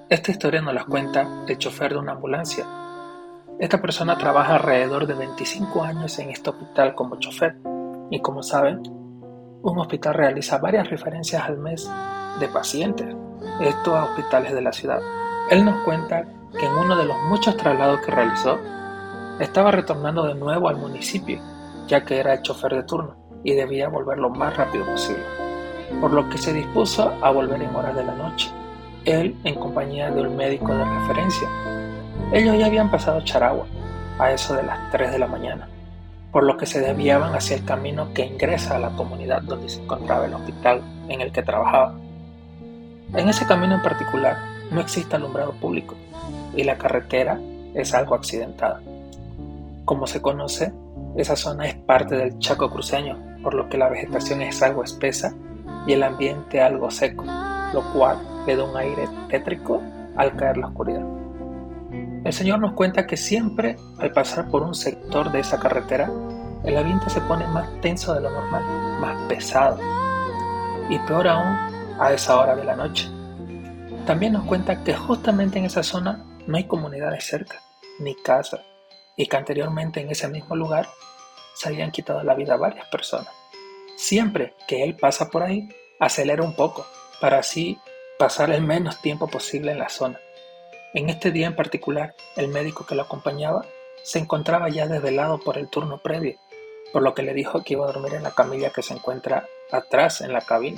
Esta historia nos la cuenta el chofer de una ambulancia. Esta persona trabaja alrededor de 25 años en este hospital como chofer y, como saben, un hospital realiza varias referencias al mes de pacientes, esto a hospitales de la ciudad. Él nos cuenta que en uno de los muchos traslados que realizó, estaba retornando de nuevo al municipio, ya que era el chofer de turno y debía volver lo más rápido posible, por lo que se dispuso a volver en horas de la noche, él en compañía de un médico de referencia. Ellos ya habían pasado Charagua, a eso de las 3 de la mañana, por lo que se desviaban hacia el camino que ingresa a la comunidad donde se encontraba el hospital en el que trabajaba. En ese camino en particular no existe alumbrado público y la carretera es algo accidentada. Como se conoce, esa zona es parte del Chaco cruceño, por lo que la vegetación es algo espesa y el ambiente algo seco, lo cual le da un aire tétrico al caer la oscuridad. El señor nos cuenta que siempre al pasar por un sector de esa carretera, el ambiente se pone más tenso de lo normal, más pesado, y peor aún a esa hora de la noche. También nos cuenta que justamente en esa zona no hay comunidades cerca, ni casas, y que anteriormente en ese mismo lugar se habían quitado la vida a varias personas. Siempre que él pasa por ahí, acelera un poco, para así pasar el menos tiempo posible en la zona. En este día en particular, el médico que lo acompañaba se encontraba ya desvelado por el turno previo, por lo que le dijo que iba a dormir en la camilla que se encuentra atrás en la cabina.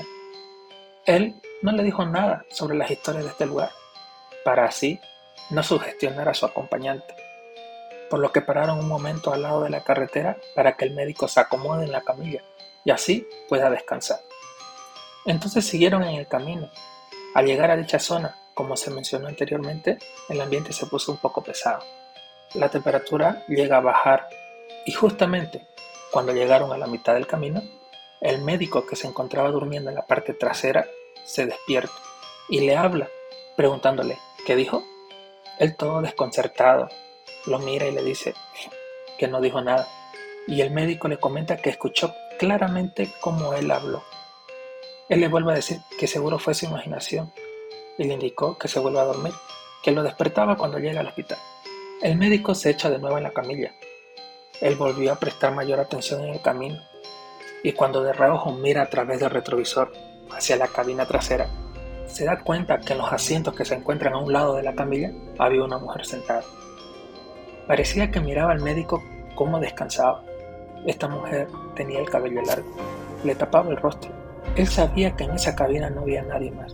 Él no le dijo nada sobre las historias de este lugar, para así no sugestionar a su acompañante, por lo que pararon un momento al lado de la carretera para que el médico se acomode en la camilla y así pueda descansar. Entonces siguieron en el camino. Al llegar a dicha zona, como se mencionó anteriormente, el ambiente se puso un poco pesado. La temperatura llega a bajar y justamente cuando llegaron a la mitad del camino, el médico que se encontraba durmiendo en la parte trasera se despierta y le habla, preguntándole ¿qué dijo? Él todo desconcertado lo mira y le dice que no dijo nada, y el médico le comenta que escuchó claramente cómo él habló. Él le vuelve a decir que seguro fue su imaginación y le indicó que se vuelva a dormir, que lo despertaba cuando llega al hospital. El médico se echa de nuevo en la camilla. Él volvió a prestar mayor atención en el camino y cuando de reojo mira a través del retrovisor hacia la cabina trasera, se da cuenta que en los asientos que se encuentran a un lado de la camilla había una mujer sentada. Parecía que miraba al médico cómo descansaba. Esta mujer tenía el cabello largo, le tapaba el rostro. Él sabía que en esa cabina no había nadie más.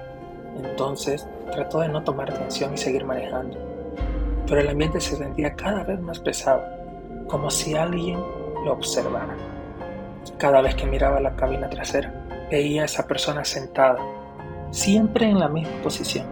Entonces trató de no tomar atención y seguir manejando, pero el ambiente se sentía cada vez más pesado, como si alguien lo observara. Cada vez que miraba la cabina trasera, veía a esa persona sentada, siempre en la misma posición.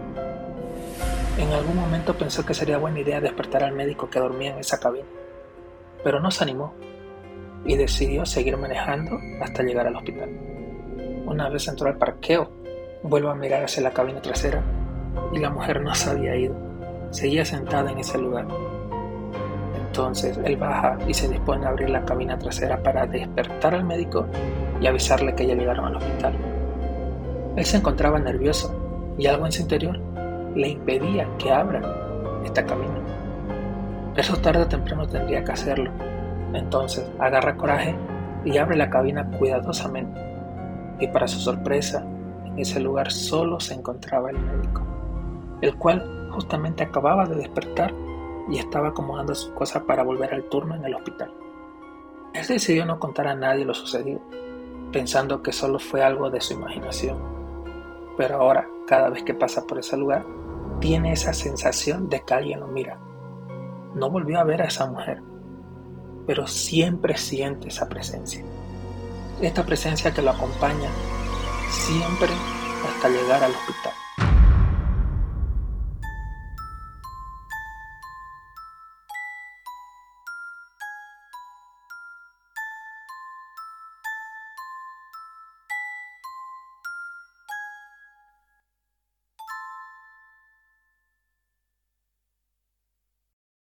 En algún momento pensó que sería buena idea despertar al médico que dormía en esa cabina, pero no se animó y decidió seguir manejando hasta llegar al hospital. Una vez entró al parqueo, vuelve a mirar hacia la cabina trasera y la mujer no se había ido, seguía sentada en ese lugar. Entonces él baja y se dispone a abrir la cabina trasera para despertar al médico y avisarle que ya llegaron al hospital. Él se encontraba nervioso y algo en su interior le impedía que abra esta cabina. Eso tarde o temprano tendría que hacerlo. Entonces agarra coraje y abre la cabina cuidadosamente. Y para su sorpresa, en ese lugar solo se encontraba el médico, el cual justamente acababa de despertar y estaba acomodando sus cosas para volver al turno en el hospital. Él decidió no contar a nadie lo sucedido, pensando que solo fue algo de su imaginación. Pero ahora, cada vez que pasa por ese lugar, tiene esa sensación de que alguien lo mira. No volvió a ver a esa mujer, pero siempre siente esa presencia. Esta presencia que lo acompaña siempre hasta llegar al hospital.